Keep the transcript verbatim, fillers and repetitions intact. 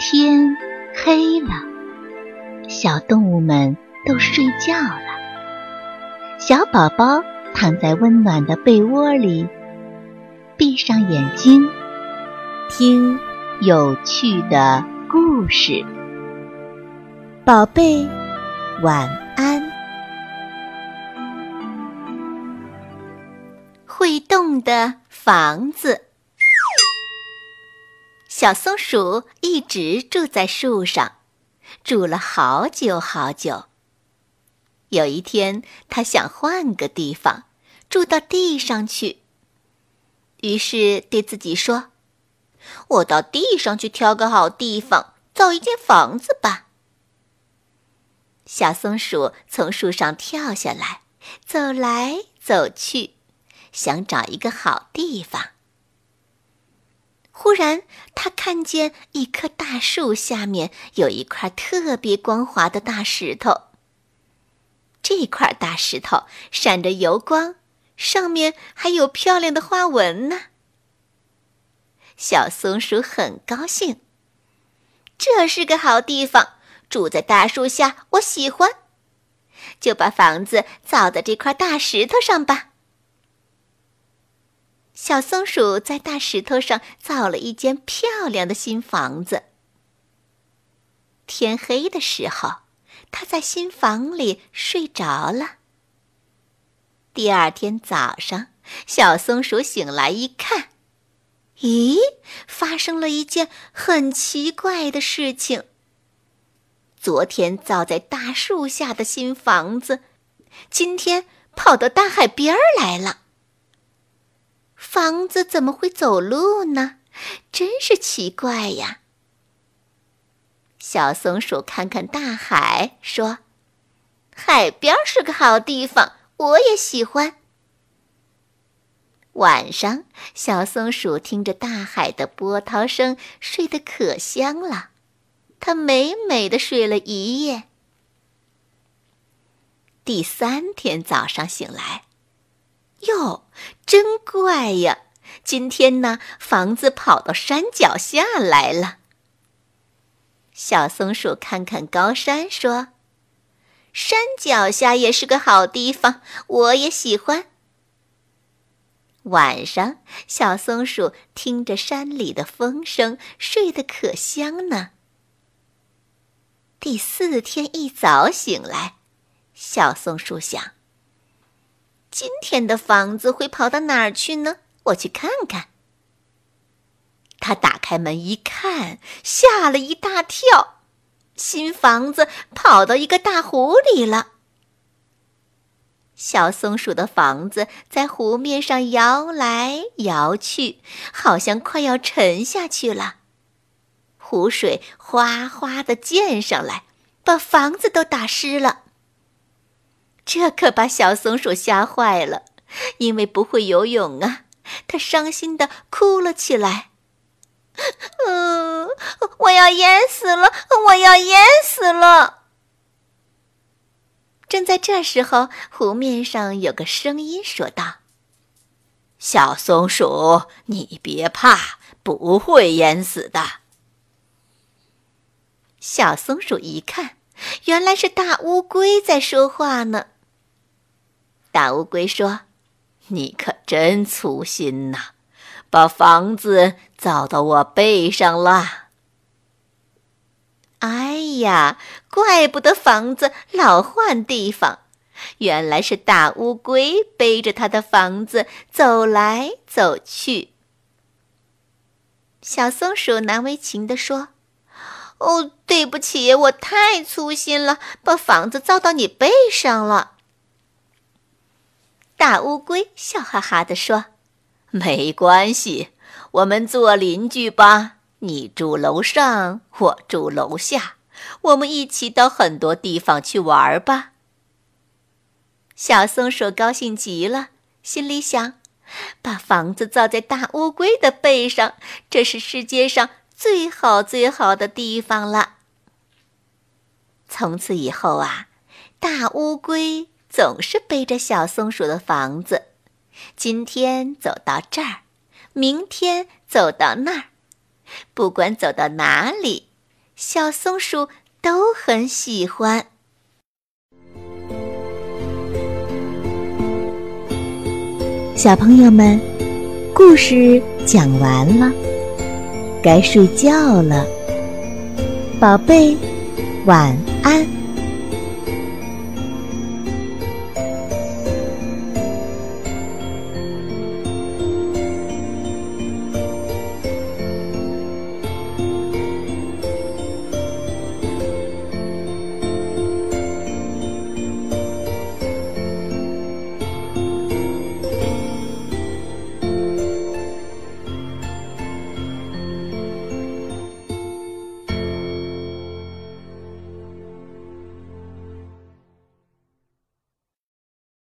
天黑了，小动物们都睡觉了。小宝宝躺在温暖的被窝里，闭上眼睛，听有趣的故事。宝贝，晚安。会动的房子。小松鼠一直住在树上，住了好久好久。有一天，它想换个地方，住到地上去。于是对自己说：“我到地上去挑个好地方，造一间房子吧。”小松鼠从树上跳下来，走来走去，想找一个好地方。忽然，他看见一棵大树下面有一块特别光滑的大石头。这块大石头闪着油光，上面还有漂亮的花纹呢。小松鼠很高兴，这是个好地方，住在大树下，我喜欢。就把房子造在这块大石头上吧。小松鼠在大石头上造了一间漂亮的新房子。天黑的时候，它在新房里睡着了。第二天早上，小松鼠醒来一看，咦，发生了一件很奇怪的事情。昨天造在大树下的新房子，今天跑到大海边儿来了。房子怎么会走路呢？真是奇怪呀。小松鼠看看大海，说：“海边是个好地方，我也喜欢。”晚上，小松鼠听着大海的波涛声，睡得可香了。它美美地睡了一夜。第三天早上醒来，哟，真怪呀！今天呢，房子跑到山脚下来了。小松鼠看看高山，说：“山脚下也是个好地方，我也喜欢。”晚上，小松鼠听着山里的风声，睡得可香呢。第四天一早醒来，小松鼠想：今天的房子会跑到哪儿去呢？我去看看。他打开门一看，吓了一大跳，新房子跑到一个大湖里了。小松鼠的房子在湖面上摇来摇去，好像快要沉下去了。湖水哗哗地溅上来，把房子都打湿了。这可把小松鼠吓坏了，因为不会游泳啊，它伤心地哭了起来。嗯，我要淹死了，我要淹死了。正在这时候，湖面上有个声音说道：“小松鼠，你别怕，不会淹死的。”小松鼠一看，原来是大乌龟在说话呢。大乌龟说：“你可真粗心呐，把房子造到我背上了。”哎呀，怪不得房子老换地方，原来是大乌龟背着它的房子走来走去。小松鼠难为情地说：“哦，对不起，我太粗心了，把房子造到你背上了。”大乌龟笑哈哈地说：“没关系，我们做邻居吧，你住楼上，我住楼下，我们一起到很多地方去玩吧。”小松鼠高兴极了，心里想：把房子造在大乌龟的背上，这是世界上最好最好的地方了。从此以后啊，大乌龟总是背着小松鼠的房子，今天走到这儿，明天走到那儿，不管走到哪里， 小松鼠都很喜欢。小朋友们，故事讲完了，该睡觉了，宝贝，晚安。